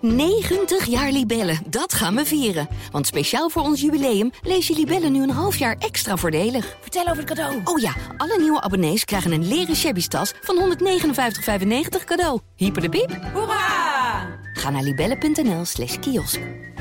90 jaar Libellen, dat gaan we vieren. Want speciaal voor ons jubileum lees je Libellen nu een half jaar extra voordelig. Vertel over het cadeau. Oh ja, alle nieuwe abonnees krijgen een leren shabby tas van 159,95 cadeau. Hyper de piep. Hoera! Ga naar libellen.nl/kiosk.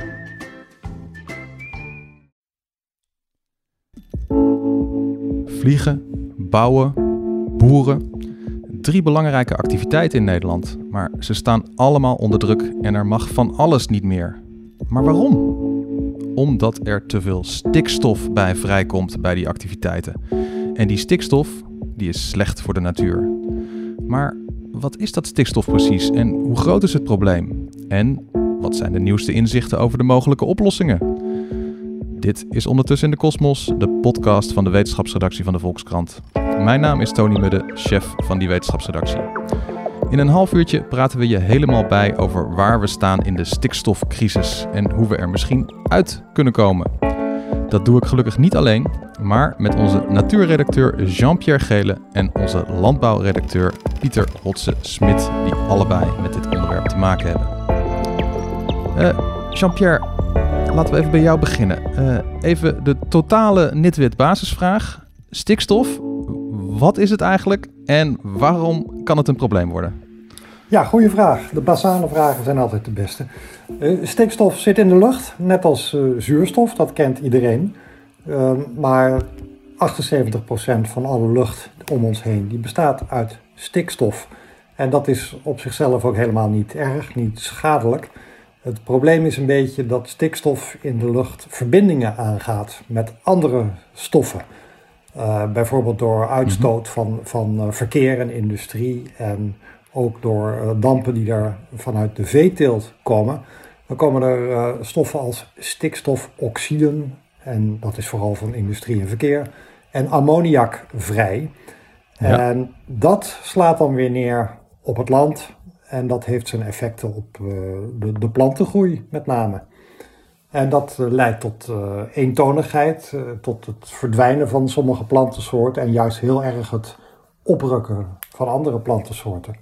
Vliegen, bouwen, boeren. 3 belangrijke activiteiten in Nederland, maar ze staan allemaal onder druk en er mag van alles niet meer. Maar waarom? Omdat er te veel stikstof bij vrijkomt bij die activiteiten. En die stikstof, die is slecht voor de natuur. Maar wat is dat stikstof precies en hoe groot is het probleem? En wat zijn de nieuwste inzichten over de mogelijke oplossingen? Dit is Ondertussen in de Kosmos, de podcast van de wetenschapsredactie van de Volkskrant. Mijn naam is Tony Mudde, chef van die wetenschapsredactie. In een half uurtje praten we je helemaal bij over waar we staan in de stikstofcrisis en hoe we er misschien uit kunnen komen. Dat doe ik gelukkig niet alleen, maar met onze natuurredacteur Jean-Pierre Gele en onze landbouwredacteur Pieter Hotse-Smit, die allebei met dit onderwerp te maken hebben. Jean-Pierre, laten we even bij jou beginnen. Even de totale nitwit basisvraag. Stikstof, wat is het eigenlijk en waarom kan het een probleem worden? Ja, goede vraag. De basale vragen zijn altijd de beste. Stikstof zit in de lucht, net als zuurstof, dat kent iedereen. Maar 78% van alle lucht om ons heen, die bestaat uit stikstof. En dat is op zichzelf ook helemaal niet erg, niet schadelijk. Het probleem is een beetje dat stikstof in de lucht verbindingen aangaat met andere stoffen. Bijvoorbeeld door uitstoot van verkeer en industrie en ook door dampen die daar vanuit de veeteelt komen. Dan komen er stoffen als stikstofoxiden, en dat is vooral van industrie en verkeer, en ammoniak vrij. Ja. En dat slaat dan weer neer op het land en dat heeft zijn effecten op de plantengroei met name. En dat leidt tot eentonigheid, tot het verdwijnen van sommige plantensoorten en juist heel erg het oprukken van andere plantensoorten.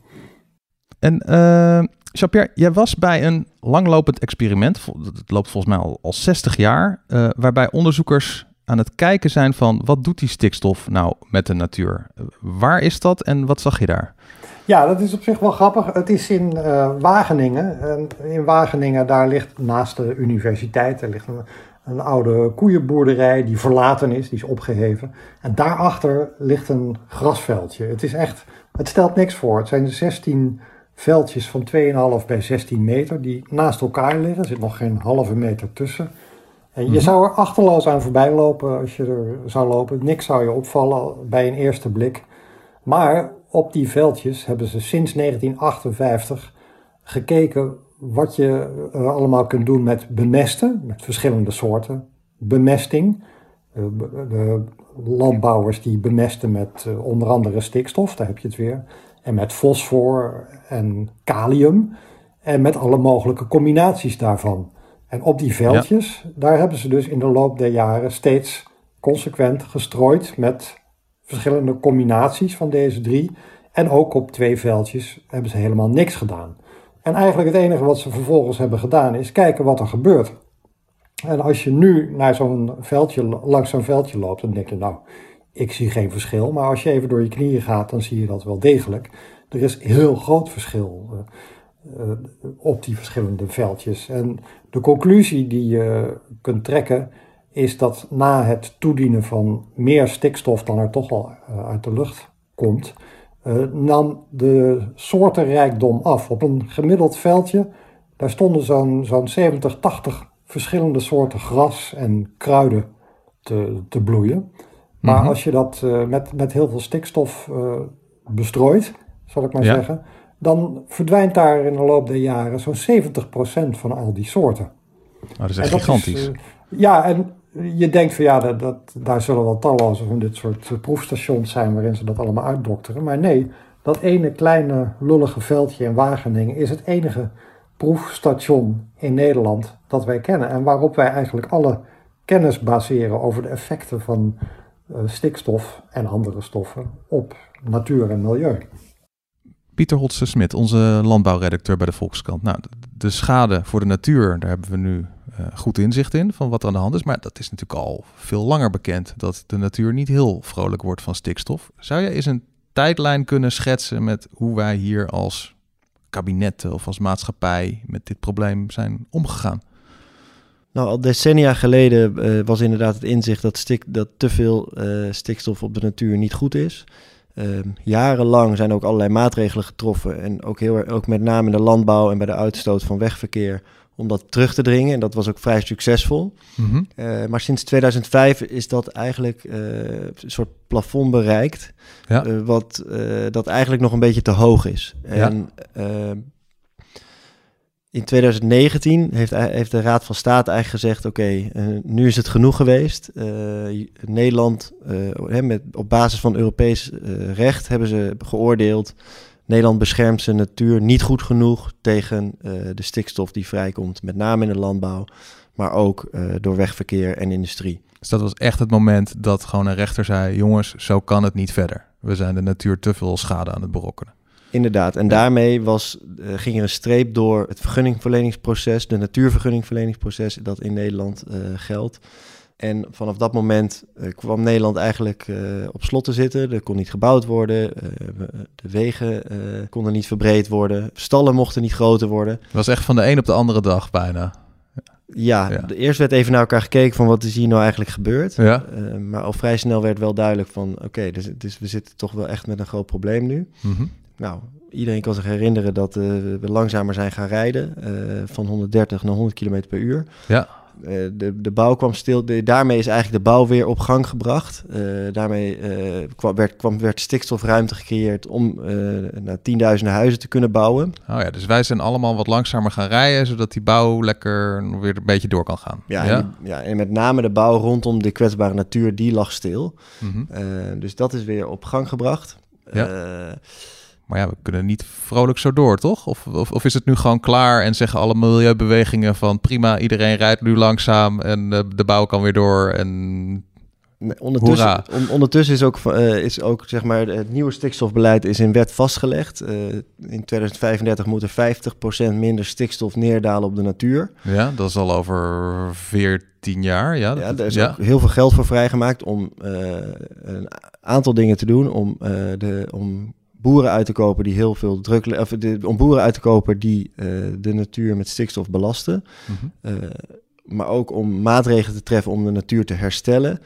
En Jean-Pierre, jij was bij een langlopend experiment, het loopt volgens mij al 60 jaar, waarbij onderzoekers aan het kijken zijn van wat doet die stikstof nou met de natuur? Waar is dat en wat zag je daar? Ja, dat is op zich wel grappig. Het is in Wageningen. En in Wageningen, daar ligt naast de universiteit, er ligt een oude koeienboerderij die verlaten is, die is opgeheven. En daarachter ligt een grasveldje. Het stelt niks voor. Het zijn 16 veldjes van 2,5 bij 16 meter die naast elkaar liggen. Er zit nog geen halve meter tussen. En je zou er achterloos aan voorbij lopen als je er zou lopen. Niks zou je opvallen bij een eerste blik. Maar op die veldjes hebben ze sinds 1958 gekeken wat je allemaal kunt doen met bemesten, met verschillende soorten bemesting. De landbouwers die bemesten met onder andere stikstof, daar heb je het weer. En met fosfor en kalium en met alle mogelijke combinaties daarvan. En op die veldjes, daar hebben ze dus in de loop der jaren steeds consequent gestrooid met verschillende combinaties van deze 3. En ook op 2 veldjes hebben ze helemaal niks gedaan. En eigenlijk het enige wat ze vervolgens hebben gedaan is kijken wat er gebeurt. En als je nu naar langs zo'n veldje loopt, dan denk je nou, ik zie geen verschil. Maar als je even door je knieën gaat, dan zie je dat wel degelijk. Er is heel groot verschil op die verschillende veldjes. En de conclusie die je kunt trekken is dat na het toedienen van meer stikstof dan er toch al uit de lucht komt, nam de soortenrijkdom af. Op een gemiddeld veldje, daar stonden zo'n 70, 80 verschillende soorten gras en kruiden te bloeien. Maar als je dat met heel veel stikstof bestrooit, zal ik maar zeggen, dan verdwijnt daar in de loop der jaren zo'n 70% van al die soorten. Oh, dat is echt gigantisch. En je denkt van daar zullen wel talloze van dit soort proefstations zijn waarin ze dat allemaal uitdokteren. Maar nee, dat ene kleine lullige veldje in Wageningen is het enige proefstation in Nederland dat wij kennen. En waarop wij eigenlijk alle kennis baseren over de effecten van stikstof en andere stoffen op natuur en milieu. Pieter Hotse-Smit, onze landbouwredacteur bij de Volkskrant. Nou, de schade voor de natuur, daar hebben we nu goed inzicht in van wat er aan de hand is. Maar dat is natuurlijk al veel langer bekend dat de natuur niet heel vrolijk wordt van stikstof. Zou je eens een tijdlijn kunnen schetsen met hoe wij hier als kabinet of als maatschappij met dit probleem zijn omgegaan? Nou, al decennia geleden was inderdaad het inzicht dat te veel stikstof op de natuur niet goed is. Jarenlang zijn ook allerlei maatregelen getroffen en ook met name in de landbouw en bij de uitstoot van wegverkeer om dat terug te dringen. En dat was ook vrij succesvol. Mm-hmm. Maar sinds 2005 is dat eigenlijk een soort plafond bereikt, wat dat eigenlijk nog een beetje te hoog is. En in 2019 heeft de Raad van State eigenlijk gezegd, oké, nu is het genoeg geweest. Nederland, op basis van Europees recht hebben ze geoordeeld, Nederland beschermt zijn natuur niet goed genoeg tegen de stikstof die vrijkomt, met name in de landbouw, maar ook door wegverkeer en industrie. Dus dat was echt het moment dat gewoon een rechter zei, jongens, zo kan het niet verder. We zijn de natuur te veel schade aan het berokkenen. Inderdaad, en daarmee ging er een streep door het vergunningverleningsproces, de natuurvergunningverleningsproces dat in Nederland geldt. En vanaf dat moment kwam Nederland eigenlijk op slot te zitten. Er kon niet gebouwd worden, de wegen konden niet verbreed worden, stallen mochten niet groter worden. Het was echt van de een op de andere dag bijna. Ja. Eerst werd even naar elkaar gekeken van wat is hier nou eigenlijk gebeurd. Ja. Maar al vrij snel werd wel duidelijk van oké, dus we zitten toch wel echt met een groot probleem nu. Mm-hmm. Nou, iedereen kan zich herinneren dat we langzamer zijn gaan rijden, van 130 naar 100 km per uur. Ja. De bouw kwam stil. Daarmee is eigenlijk de bouw weer op gang gebracht. Daarmee werd stikstofruimte gecreëerd om tienduizenden huizen te kunnen bouwen. Oh ja, dus wij zijn allemaal wat langzamer gaan rijden, zodat die bouw lekker weer een beetje door kan gaan. En met name de bouw rondom de kwetsbare natuur, die lag stil. Mm-hmm. Dus dat is weer op gang gebracht. Ja. Maar ja, we kunnen niet vrolijk zo door, toch? Of is het nu gewoon klaar en zeggen alle milieubewegingen van prima, iedereen rijdt nu langzaam en de bouw kan weer door en ondertussen is ook zeg maar het nieuwe stikstofbeleid is in wet vastgelegd. In 2035 moet er 50% minder stikstof neerdalen op de natuur. Ja, dat is al over 14 jaar. Ja, daar is ook heel veel geld voor vrijgemaakt om een aantal dingen te doen. Om boeren uit te kopen die heel veel om boeren uit te kopen die de natuur met stikstof belasten. Mm-hmm. Maar ook om maatregelen te treffen om de natuur te herstellen.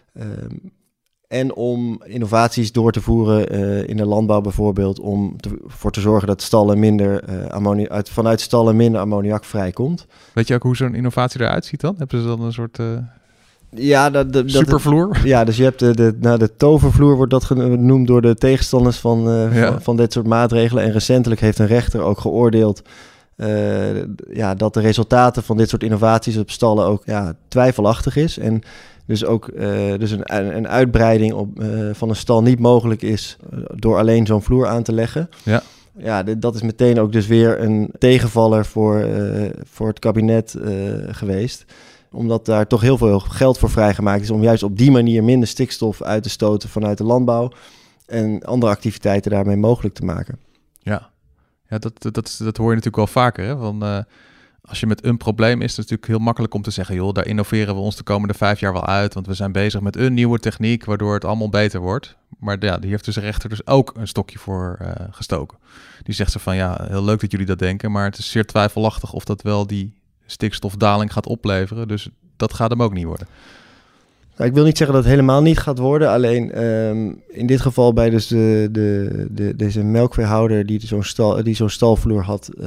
En om innovaties door te voeren in de landbouw bijvoorbeeld, om ervoor te zorgen dat stallen vanuit stallen minder ammoniak vrijkomt. Weet je ook hoe zo'n innovatie eruit ziet dan? Hebben ze dan een soort supervloer? Dus je hebt de tovervloer, wordt dat genoemd door de tegenstanders van dit soort maatregelen. En recentelijk heeft een rechter ook geoordeeld dat de resultaten van dit soort innovaties op stallen ook twijfelachtig is. En dus ook een uitbreiding van een stal niet mogelijk is door alleen zo'n vloer aan te leggen. Ja. Ja, dat is meteen ook dus weer een tegenvaller voor het kabinet geweest. Omdat daar toch heel veel geld voor vrijgemaakt is om juist op die manier minder stikstof uit te stoten vanuit de landbouw en andere activiteiten daarmee mogelijk te maken. Ja, dat hoor je natuurlijk wel vaker. Hè? Van, als je met een probleem is het natuurlijk heel makkelijk om te zeggen, joh, daar innoveren we ons de komende 5 jaar wel uit, want we zijn bezig met een nieuwe techniek waardoor het allemaal beter wordt. Maar die heeft dus de rechter dus ook een stokje voor gestoken. Die zegt ze van, heel leuk dat jullie dat denken, maar het is zeer twijfelachtig of dat wel die stikstofdaling gaat opleveren. Dus dat gaat hem ook niet worden. Nou, ik wil niet zeggen dat het helemaal niet gaat worden. Alleen in dit geval bij dus deze melkveehouder die zo'n stalvloer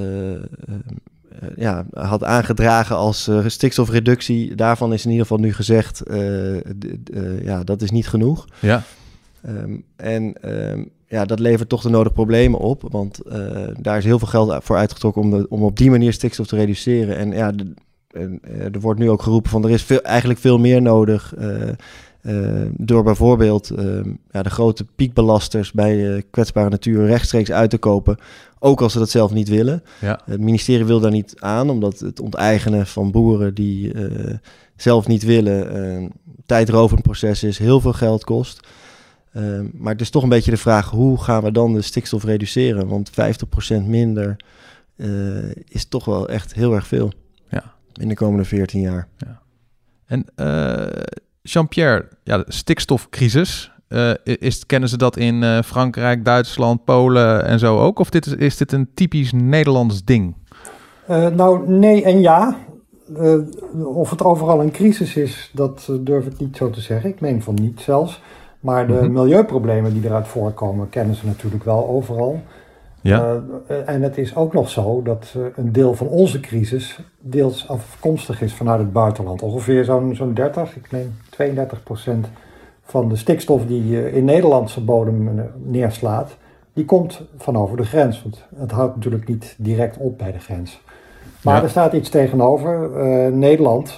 had aangedragen als stikstofreductie. Daarvan is in ieder geval nu gezegd, dat is niet genoeg. Ja. Dat levert toch de nodige problemen op. Want daar is heel veel geld voor uitgetrokken om op die manier stikstof te reduceren. En er wordt nu ook geroepen van er is eigenlijk veel meer nodig. Door bijvoorbeeld de grote piekbelasters bij kwetsbare natuur rechtstreeks uit te kopen. Ook als ze dat zelf niet willen. Ja. Het ministerie wil daar niet aan, omdat het onteigenen van boeren die zelf niet willen tijdrovend proces is, heel veel geld kost. Maar het is toch een beetje de vraag, hoe gaan we dan de stikstof reduceren? Want 50% minder is toch wel echt heel erg veel. Ja. In de komende 14 jaar. Ja. En Jean-Pierre, de stikstofcrisis, kennen ze dat in Frankrijk, Duitsland, Polen en zo ook? Of is dit een typisch Nederlands ding? Nou, nee en ja. Of het overal een crisis is, dat durf ik niet zo te zeggen. Ik meen van niet zelfs. Maar de milieuproblemen die eruit voorkomen, kennen ze natuurlijk wel overal. Ja. En het is ook nog zo dat een deel van onze crisis deels afkomstig is vanuit het buitenland. Ongeveer zo'n 32% van de stikstof die in Nederlandse bodem neerslaat, die komt van over de grens. Want het houdt natuurlijk niet direct op bij de grens. Maar er staat iets tegenover. Nederland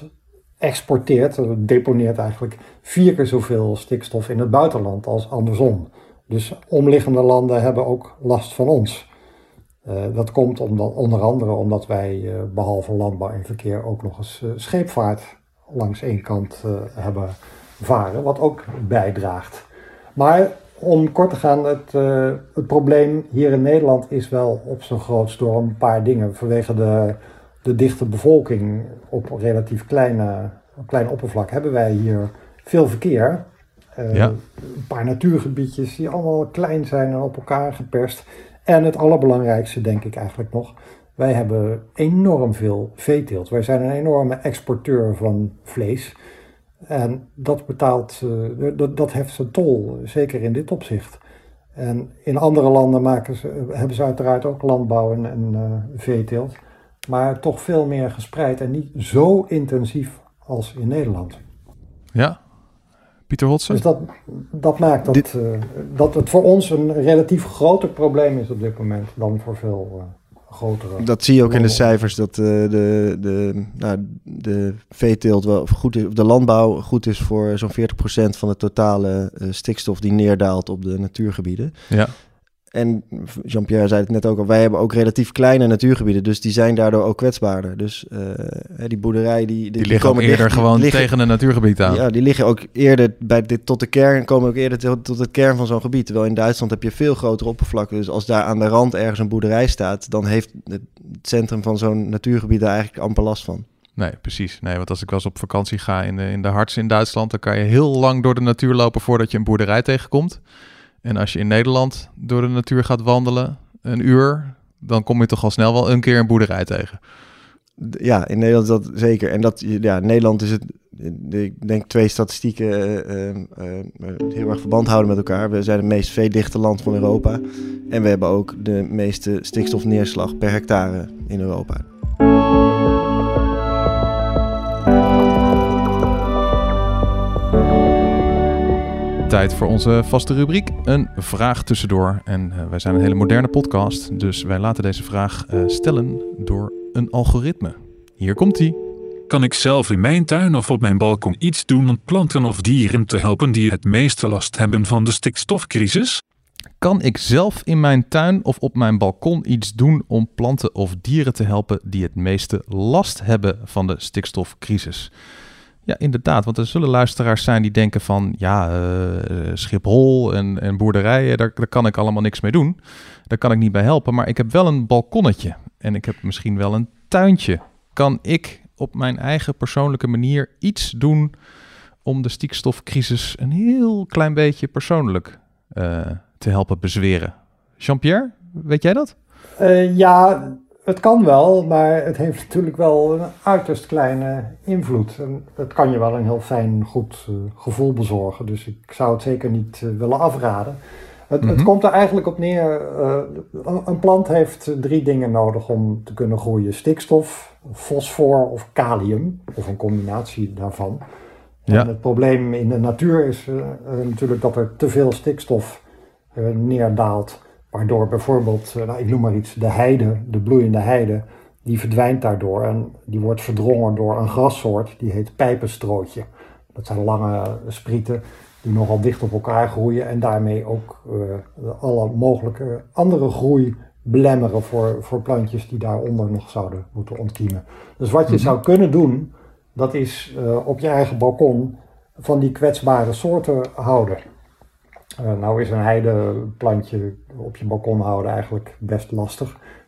deponeert eigenlijk 4 keer zoveel stikstof in het buitenland als andersom. Dus omliggende landen hebben ook last van ons. Dat komt onder andere omdat wij behalve landbouw en verkeer ook nog eens scheepvaart langs één kant hebben varen, wat ook bijdraagt. Maar om kort te gaan, het probleem hier in Nederland is wel op zijn grootst door een paar dingen. Vanwege de dichte bevolking op relatief klein oppervlak hebben wij hier veel verkeer. Een paar natuurgebiedjes die allemaal klein zijn en op elkaar geperst. En het allerbelangrijkste denk ik eigenlijk nog, wij hebben enorm veel veeteelt. Wij zijn een enorme exporteur van vlees. En dat heft zijn tol, zeker in dit opzicht. En in andere landen hebben ze uiteraard ook landbouw en veeteelt. Maar toch veel meer gespreid en niet zo intensief als in Nederland. Ja, Pieter Hotsen? Dus dat maakt dat het voor ons een relatief groter probleem is op dit moment dan voor veel grotere. Dat zie je ook in de cijfers, dat de veeteelt wel goed is, of de landbouw goed is voor zo'n 40% van de totale stikstof die neerdaalt op de natuurgebieden. Ja. En Jean-Pierre zei het net ook al, wij hebben ook relatief kleine natuurgebieden, dus die zijn daardoor ook kwetsbaarder. Dus die boerderij die liggen ook eerder tegen een natuurgebied aan. Ja, die liggen ook eerder tot de kern, komen ook eerder tot het kern van zo'n gebied. Terwijl in Duitsland heb je veel grotere oppervlakte. Dus als daar aan de rand ergens een boerderij staat, dan heeft het centrum van zo'n natuurgebied daar eigenlijk amper last van. Nee, precies. Nee, want als ik wel eens op vakantie ga in de Harz in Duitsland, dan kan je heel lang door de natuur lopen voordat je een boerderij tegenkomt. En als je in Nederland door de natuur gaat wandelen, een uur, dan kom je toch al snel wel een keer een boerderij tegen. Ja, in Nederland is dat zeker. En Nederland is het, ik denk 2 statistieken heel erg verband houden met elkaar. We zijn het meest veedichte land van Europa. En we hebben ook de meeste stikstofneerslag per hectare in Europa. Tijd voor onze vaste rubriek, een vraag tussendoor. En wij zijn een hele moderne podcast, dus wij laten deze vraag stellen door een algoritme. Hier komt-ie. Kan ik zelf in mijn tuin of op mijn balkon iets doen om planten of dieren te helpen die het meeste last hebben van de stikstofcrisis? Kan ik zelf in mijn tuin of op mijn balkon iets doen om planten of dieren te helpen die het meeste last hebben van de stikstofcrisis? Ja, inderdaad, want er zullen luisteraars zijn die denken van Schiphol en boerderijen, daar kan ik allemaal niks mee doen. Daar kan ik niet bij helpen, maar ik heb wel een balkonnetje en ik heb misschien wel een tuintje. Kan ik op mijn eigen persoonlijke manier iets doen om de stikstofcrisis een heel klein beetje persoonlijk te helpen bezweren? Jean-Pierre, weet jij dat? Ja, het kan wel, maar het heeft natuurlijk wel een uiterst kleine invloed. En dat kan je wel een heel fijn, goed gevoel bezorgen. Dus ik zou het zeker niet willen afraden. Het komt er eigenlijk op neer. Een plant heeft 3 dingen nodig om te kunnen groeien. Stikstof, fosfor of kalium, of een combinatie daarvan. Ja. En het probleem in de natuur is natuurlijk dat er te veel stikstof neerdaalt. Waardoor bijvoorbeeld, ik noem maar iets, de heide, de bloeiende heide, die verdwijnt daardoor. En die wordt verdrongen door een grassoort, die heet pijpenstrootje. Dat zijn lange sprieten die nogal dicht op elkaar groeien en daarmee ook alle mogelijke andere groei belemmeren voor plantjes die daaronder nog zouden moeten ontkiemen. Dus wat je zou kunnen doen, dat is op je eigen balkon van die kwetsbare soorten houden. Nou is een heideplantje op je balkon houden eigenlijk best lastig.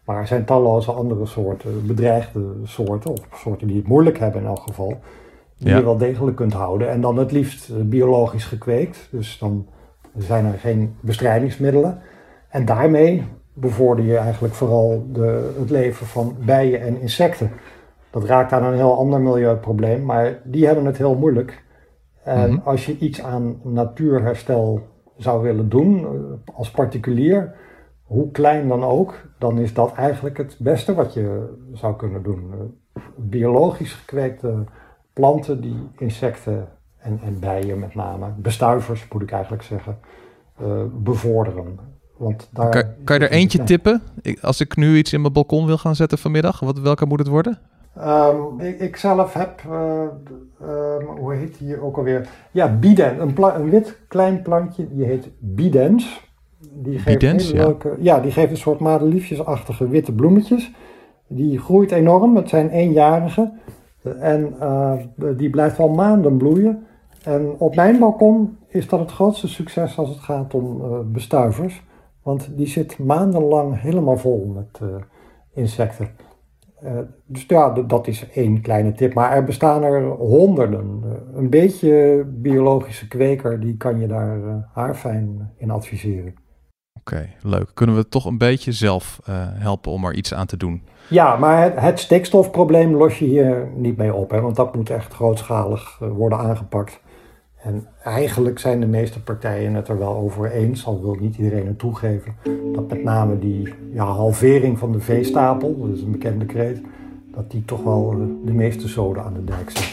Maar er zijn talloze andere soorten, bedreigde soorten, of soorten die het moeilijk hebben in elk geval, die je wel degelijk kunt houden. En dan het liefst biologisch gekweekt, dus dan zijn er geen bestrijdingsmiddelen. En daarmee bevorder je eigenlijk vooral het leven van bijen en insecten. Dat raakt aan een heel ander milieuprobleem, maar die hebben het heel moeilijk. En als je iets aan natuurherstel zou willen doen, als particulier, hoe klein dan ook, dan is dat eigenlijk het beste wat je zou kunnen doen. Biologisch gekweekte planten die insecten en bijen met name, bestuivers moet ik eigenlijk zeggen, bevorderen. Want daar kan je er eentje tippen? Als ik nu iets in mijn balkon wil gaan zetten vanmiddag, welke moet het worden? Ik zelf heb, hoe heet die ook alweer? Ja, bidens. Een wit klein plantje, die heet bidens. Die geeft die geeft een soort madeliefjesachtige witte bloemetjes. Die groeit enorm, het zijn eenjarige. En die blijft al maanden bloeien. En op mijn balkon is dat het grootste succes als het gaat om bestuivers. Want die zit maandenlang helemaal vol met insecten. Dus ja, dat is één kleine tip. Maar er bestaan er honderden. Een beetje biologische kweker, die kan je daar haarfijn in adviseren. Oké, leuk. Kunnen we toch een beetje zelf helpen om er iets aan te doen? Ja, maar het stikstofprobleem los je hier niet mee op. Hè, want dat moet echt grootschalig worden aangepakt. En eigenlijk zijn de meeste partijen het er wel over eens, al wil niet iedereen het toegeven, dat met name die halvering van de veestapel, dat is een bekende kreet, dat die toch wel de meeste zoden aan de dijk zet.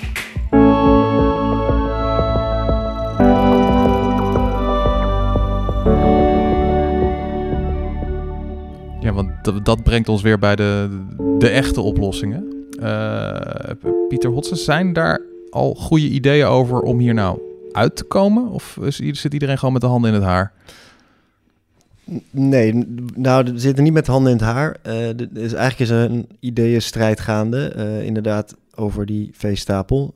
Ja, want dat brengt ons weer bij de echte oplossingen. Pieter Hotsen, zijn daar al goede ideeën over om hier nou uit te komen? Of zit iedereen gewoon met de handen in het haar? Nee, nou, er zitten niet met de handen in het haar. Eigenlijk is er een ideeënstrijd gaande, inderdaad, over die veestapel.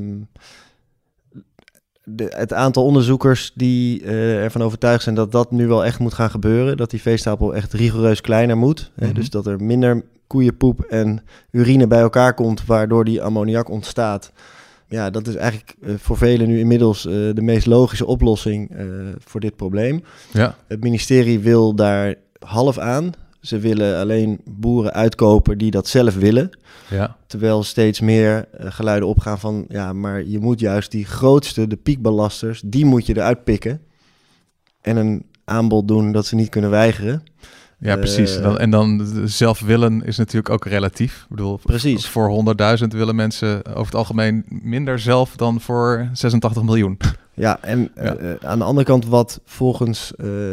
Het aantal onderzoekers die ervan overtuigd zijn dat dat nu wel echt moet gaan gebeuren, dat die veestapel echt rigoureus kleiner moet. Mm-hmm. Dus dat er minder koeienpoep en urine bij elkaar komt, waardoor die ammoniak ontstaat. Ja, dat is eigenlijk voor velen nu inmiddels de meest logische oplossing voor dit probleem. Ja. Het ministerie wil daar half aan. Ze willen alleen boeren uitkopen die dat zelf willen. Ja. Terwijl steeds meer geluiden opgaan van, ja, maar je moet juist die grootste, de piekbelasters, die moet je eruit pikken. En een aanbod doen dat ze niet kunnen weigeren. Ja, precies. En dan zelf willen is natuurlijk ook relatief. Ik bedoel, precies. Voor 100.000 willen mensen over het algemeen minder zelf dan voor 86 miljoen. Ja, en aan de andere kant wat volgens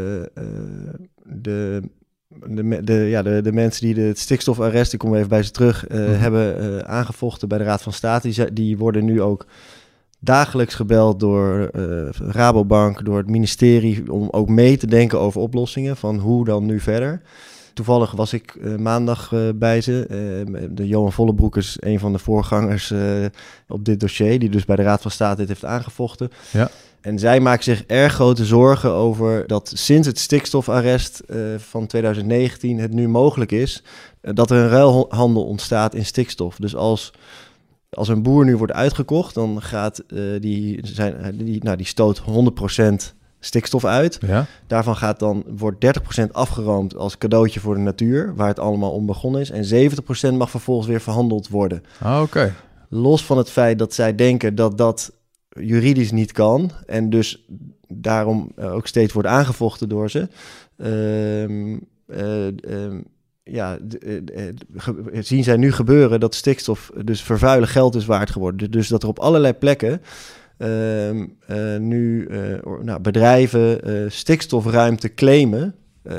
de mensen die het stikstofarrest, ik kom even bij ze terug, hebben aangevochten bij de Raad van State, die worden nu ook dagelijks gebeld door Rabobank, door het ministerie, om ook mee te denken over oplossingen van hoe dan nu verder. Toevallig was ik maandag bij ze. De Johan Vollebroek is een van de voorgangers op dit dossier, die dus bij de Raad van State dit heeft aangevochten. Ja. En zij maken zich erg grote zorgen over dat sinds het stikstofarrest van 2019 het nu mogelijk is dat er een ruilhandel ontstaat in stikstof. Dus als een boer nu wordt uitgekocht, dan gaat die stoot 100% stikstof uit. Ja. Daarvan wordt 30% afgeroomd als cadeautje voor de natuur, waar het allemaal om begonnen is. En 70% mag vervolgens weer verhandeld worden. Oké. Los van het feit dat zij denken dat dat juridisch niet kan en dus daarom ook steeds wordt aangevochten door ze. Zien zij nu gebeuren dat stikstof dus vervuilen geld is waard geworden. Dus dat er op allerlei plekken bedrijven stikstofruimte claimen.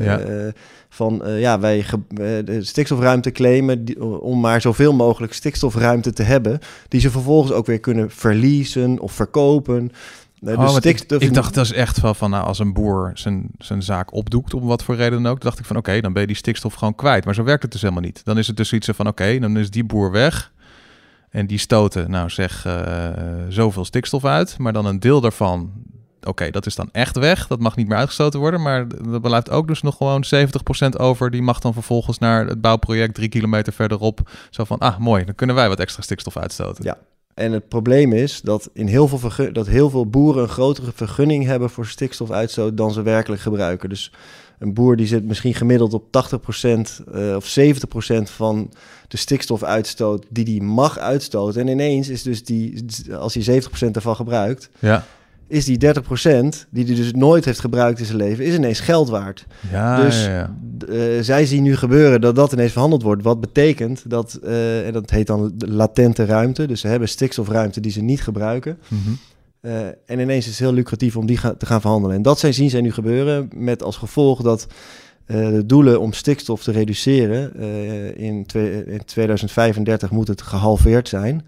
Wij stikstofruimte claimen om maar zoveel mogelijk stikstofruimte te hebben, die ze vervolgens ook weer kunnen verliezen of verkopen. Ik dacht dat is echt wel van, als een boer zijn zaak opdoekt, om wat voor reden dan ook, dacht ik van oké, dan ben je die stikstof gewoon kwijt. Maar zo werkt het dus helemaal niet. Dan is het dus iets van oké, dan is die boer weg en die stoten, zoveel stikstof uit, maar dan een deel daarvan, Oké, dat is dan echt weg. Dat mag niet meer uitgestoten worden. Maar er blijft ook dus nog gewoon 70% over. Die mag dan vervolgens naar het bouwproject 3 kilometer verderop. Zo van, mooi, dan kunnen wij wat extra stikstof uitstoten. Ja, en het probleem is dat heel veel boeren een grotere vergunning hebben voor stikstofuitstoot dan ze werkelijk gebruiken. Dus een boer die zit misschien gemiddeld op 80% of 70% van de stikstofuitstoot die mag uitstoten. En ineens is dus als hij 70% ervan gebruikt, is die 30% die hij dus nooit heeft gebruikt in zijn leven, is ineens geld waard. Zij zien nu gebeuren dat ineens verhandeld wordt. Wat betekent dat, en dat heet dan latente ruimte. Dus ze hebben stikstofruimte die ze niet gebruiken. Mm-hmm. En ineens is het heel lucratief om die te gaan verhandelen. En dat zien zij nu gebeuren met als gevolg dat de doelen om stikstof te reduceren in 2035 moet het gehalveerd zijn.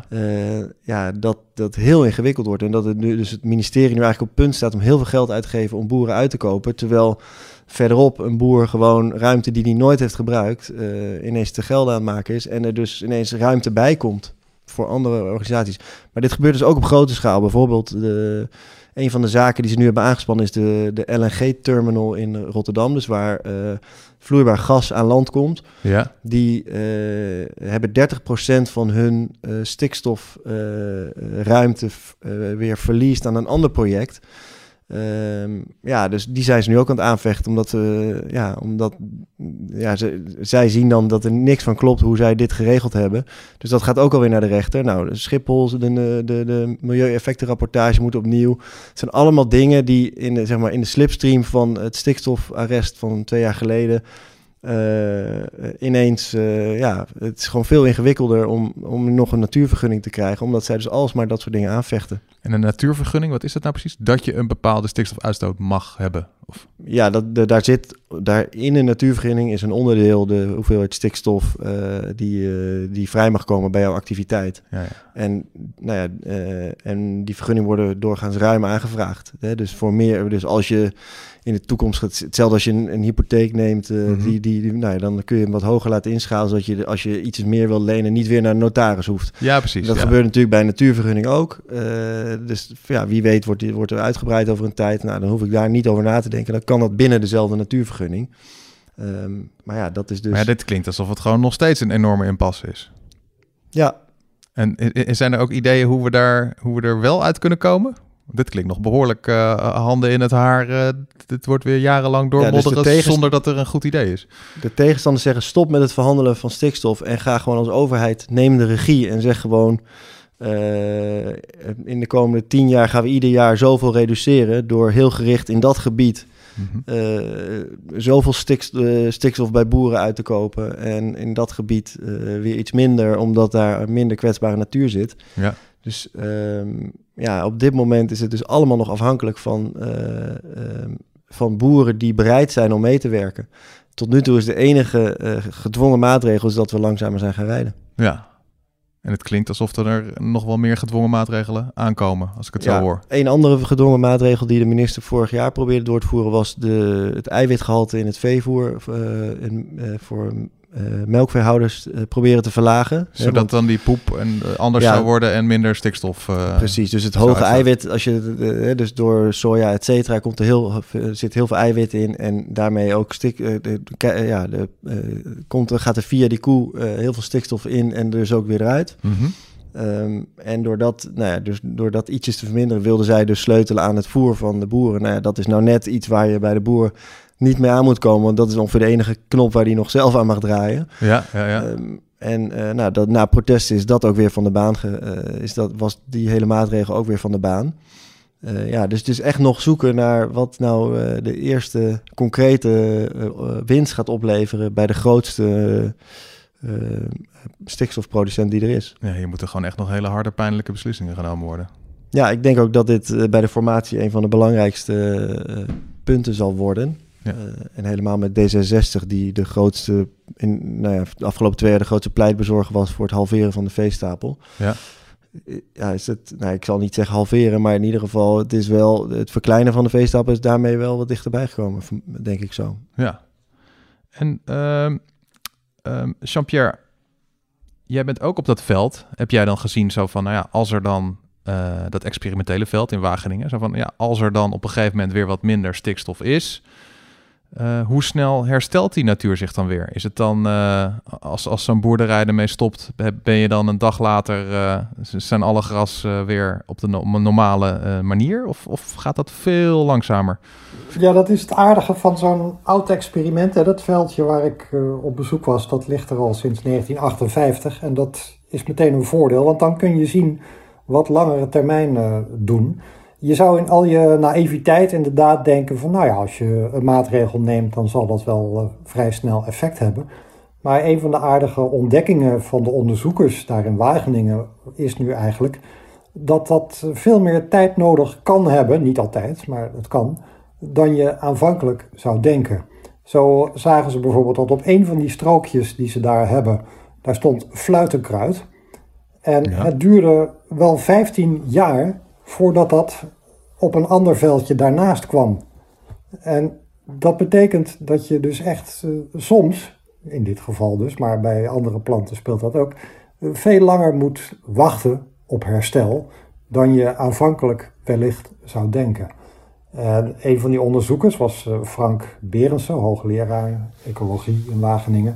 Dat heel ingewikkeld wordt. En dat het ministerie nu eigenlijk op punt staat om heel veel geld uit te geven om boeren uit te kopen. Terwijl verderop een boer gewoon ruimte die hij nooit heeft gebruikt ineens te gelden aan het maken is. En er dus ineens ruimte bij komt voor andere organisaties. Maar dit gebeurt dus ook op grote schaal. Bijvoorbeeld een van de zaken die ze nu hebben aangespannen is de LNG-terminal in Rotterdam. Dus waar vloeibaar gas aan land komt. Ja. Die hebben 30% van hun stikstofruimte weer verliest aan een ander project. Dus die zijn ze nu ook aan het aanvechten, omdat zij zien dan dat er niks van klopt hoe zij dit geregeld hebben. Dus dat gaat ook alweer naar de rechter. Nou, de Schiphol, de milieueffectenrapportage moet opnieuw. Het zijn allemaal dingen die in de slipstream van het stikstofarrest van 2 jaar geleden ineens, het is gewoon veel ingewikkelder om nog een natuurvergunning te krijgen, omdat zij dus alsmaar dat soort dingen aanvechten. En een natuurvergunning, wat is dat nou precies? Dat je een bepaalde stikstofuitstoot mag hebben? Of? Ja, daar in een natuurvergunning is een onderdeel de hoeveelheid stikstof die vrij mag komen bij jouw activiteit. Ja. En die vergunningen worden doorgaans ruim aangevraagd. Hè? Dus voor meer, dus als je in de toekomst, hetzelfde als je een hypotheek neemt, dan kun je hem wat hoger laten inschalen, zodat je als je iets meer wil lenen niet weer naar een notaris hoeft. Ja, precies. Dat gebeurt natuurlijk bij een natuurvergunning ook. Dus wie weet wordt er uitgebreid over een tijd. Nou, dan hoef ik daar niet over na te denken. Dan kan dat binnen dezelfde natuurvergunning. Dat is dus. Maar dit klinkt alsof het gewoon nog steeds een enorme impasse is. Ja. En zijn er ook ideeën hoe we er wel uit kunnen komen? Dit klinkt nog behoorlijk handen in het haar. Dit wordt weer jarenlang doormodderen zonder dat er een goed idee is. De tegenstanders zeggen stop met het verhandelen van stikstof en ga gewoon als overheid, neem de regie en zeg gewoon in de komende 10 jaar gaan we ieder jaar zoveel reduceren door heel gericht in dat gebied zoveel stikstof bij boeren uit te kopen en in dat gebied weer iets minder, omdat daar minder kwetsbare natuur zit. Ja. Dus op dit moment is het dus allemaal nog afhankelijk van boeren die bereid zijn om mee te werken. Tot nu toe is de enige gedwongen maatregel is dat we langzamer zijn gaan rijden. Ja, en het klinkt alsof er nog wel meer gedwongen maatregelen aankomen, als ik het zo hoor. Een andere gedwongen maatregel die de minister vorig jaar probeerde door te voeren was het eiwitgehalte in het veevoer voor melkveehouders proberen te verlagen. Zodat dan die poep anders zou worden en minder stikstof. Precies, dus het hoge eiwit, als je dus door soja et cetera zit heel veel eiwit in en daarmee ook gaat er via die koe heel veel stikstof in en dus ook weer eruit. Mm-hmm. En door dat ietsjes te verminderen wilden zij dus sleutelen aan het voer van de boeren. Dat is nou net iets waar je bij de boer niet mee aan moet komen, want dat is ongeveer de enige knop waar die nog zelf aan mag draaien. Ja. Na protesten is dat ook weer van de baan. Was die hele maatregel ook weer van de baan. Dus het is echt nog zoeken naar wat nou de eerste concrete winst gaat opleveren bij de grootste stikstofproducent die er is. Ja, hier moeten gewoon echt nog hele harde, pijnlijke beslissingen genomen worden. Ja, ik denk ook dat dit bij de formatie een van de belangrijkste punten zal worden. Ja. En helemaal met D66, die de grootste, de afgelopen 2 jaar de grootste pleitbezorger was voor het halveren van de veestapel. Ja, is het, ik zal niet zeggen halveren, maar in ieder geval, het is wel, het verkleinen van de veestapel is daarmee wel wat dichterbij gekomen, denk ik zo. Ja. En Jean-Pierre, jij bent ook op dat veld. Heb jij dan gezien zo van, als er dan dat experimentele veld in Wageningen. Zo van, ja, als er dan op een gegeven moment weer wat minder stikstof is, hoe snel herstelt die natuur zich dan weer? Is het dan, als zo'n boerderij ermee stopt, ben je dan een dag later, zijn alle gras weer op de normale manier? Of gaat dat veel langzamer? Ja, dat is het aardige van zo'n oud experiment. Hè. Dat veldje waar ik op bezoek was, dat ligt er al sinds 1958. En dat is meteen een voordeel, want dan kun je zien wat langere termijn doen. Je zou in al je naïviteit inderdaad denken van, nou ja, als je een maatregel neemt, dan zal dat wel vrij snel effect hebben. Maar een van de aardige ontdekkingen van de onderzoekers daar in Wageningen is nu eigenlijk dat veel meer tijd nodig kan hebben, niet altijd, maar het kan, dan je aanvankelijk zou denken. Zo zagen ze bijvoorbeeld dat op een van die strookjes die ze daar hebben, daar stond fluitenkruid. En het duurde wel 15 jaar voordat dat op een ander veldje daarnaast kwam. En dat betekent dat je dus echt soms, in dit geval dus, maar bij andere planten speelt dat ook, veel langer moet wachten op herstel dan je aanvankelijk wellicht zou denken. Een van die onderzoekers was Frank Berendsen, hoogleraar ecologie in Wageningen.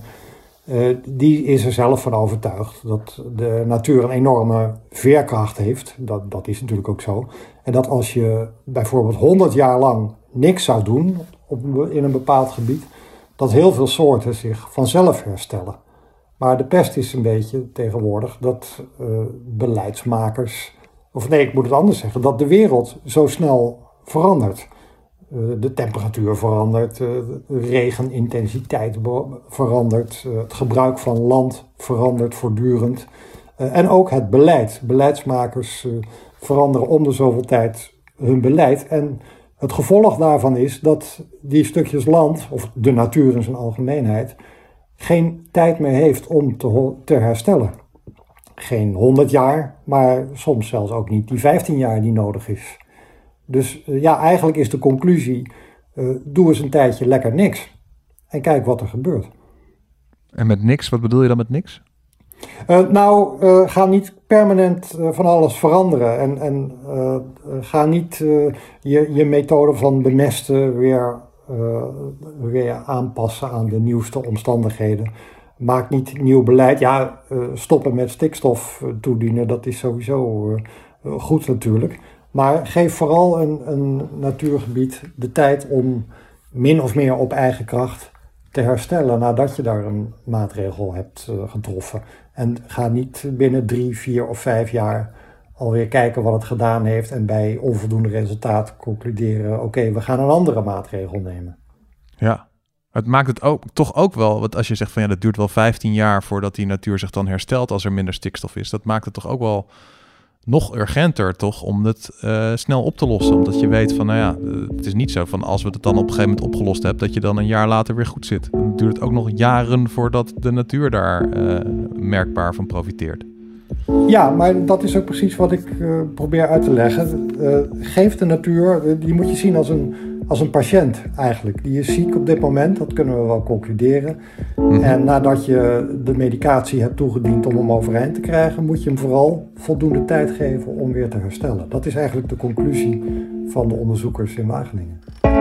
Die is er zelf van overtuigd dat de natuur een enorme veerkracht heeft. Dat is natuurlijk ook zo. En dat als je bijvoorbeeld 100 jaar lang niks zou doen in een bepaald gebied, dat heel veel soorten zich vanzelf herstellen. Maar de pest is een beetje tegenwoordig dat beleidsmakers, of nee, ik moet het anders zeggen, dat de wereld zo snel verandert. De temperatuur verandert, de regenintensiteit verandert, het gebruik van land verandert voortdurend. En ook het beleid. Beleidsmakers veranderen om de zoveel tijd hun beleid. En het gevolg daarvan is dat die stukjes land, of de natuur in zijn algemeenheid, geen tijd meer heeft om te herstellen. Geen 100 jaar, maar soms zelfs ook niet die 15 jaar die nodig is. Dus ja, eigenlijk is de conclusie, doe eens een tijdje lekker niks en kijk wat er gebeurt. En met niks, wat bedoel je dan met niks? Ga niet permanent van alles veranderen en ga niet je methode van bemesten weer aanpassen aan de nieuwste omstandigheden. Maak niet nieuw beleid. Ja, stoppen met stikstof toedienen, dat is sowieso goed natuurlijk. Maar geef vooral een natuurgebied de tijd om min of meer op eigen kracht te herstellen nadat je daar een maatregel hebt getroffen. En ga niet binnen 3, 4 of 5 jaar alweer kijken wat het gedaan heeft en bij onvoldoende resultaat concluderen, oké, we gaan een andere maatregel nemen. Ja, het maakt het ook, toch ook wel, want als je zegt van ja, dat duurt wel 15 jaar voordat die natuur zich dan herstelt als er minder stikstof is, dat maakt het toch ook wel nog urgenter toch om het snel op te lossen. Omdat je weet van, nou ja, het is niet zo van als we het dan op een gegeven moment opgelost hebben, dat je dan een jaar later weer goed zit. Dan duurt het ook nog jaren voordat de natuur daar merkbaar van profiteert. Ja, maar dat is ook precies wat ik probeer uit te leggen. Geef de natuur, die moet je zien als een patiënt eigenlijk. Die is ziek op dit moment, dat kunnen we wel concluderen. Mm-hmm. En nadat je de medicatie hebt toegediend om hem overeind te krijgen, moet je hem vooral voldoende tijd geven om weer te herstellen. Dat is eigenlijk de conclusie van de onderzoekers in Wageningen.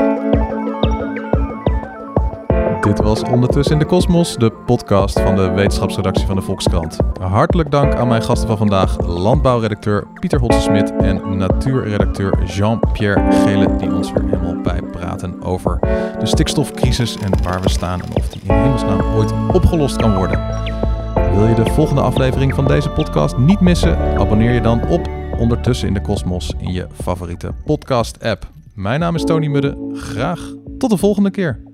Dit was Ondertussen in de Kosmos, de podcast van de wetenschapsredactie van de Volkskrant. Hartelijk dank aan mijn gasten van vandaag, landbouwredacteur Pieter Hotse-Smit en natuurredacteur Jean-Pierre Gele, die ons weer helemaal bijpraten over de stikstofcrisis en waar we staan en of die in hemelsnaam ooit opgelost kan worden. Wil je de volgende aflevering van deze podcast niet missen? Abonneer je dan op Ondertussen in de Kosmos in je favoriete podcast-app. Mijn naam is Tony Mudde. Graag tot de volgende keer.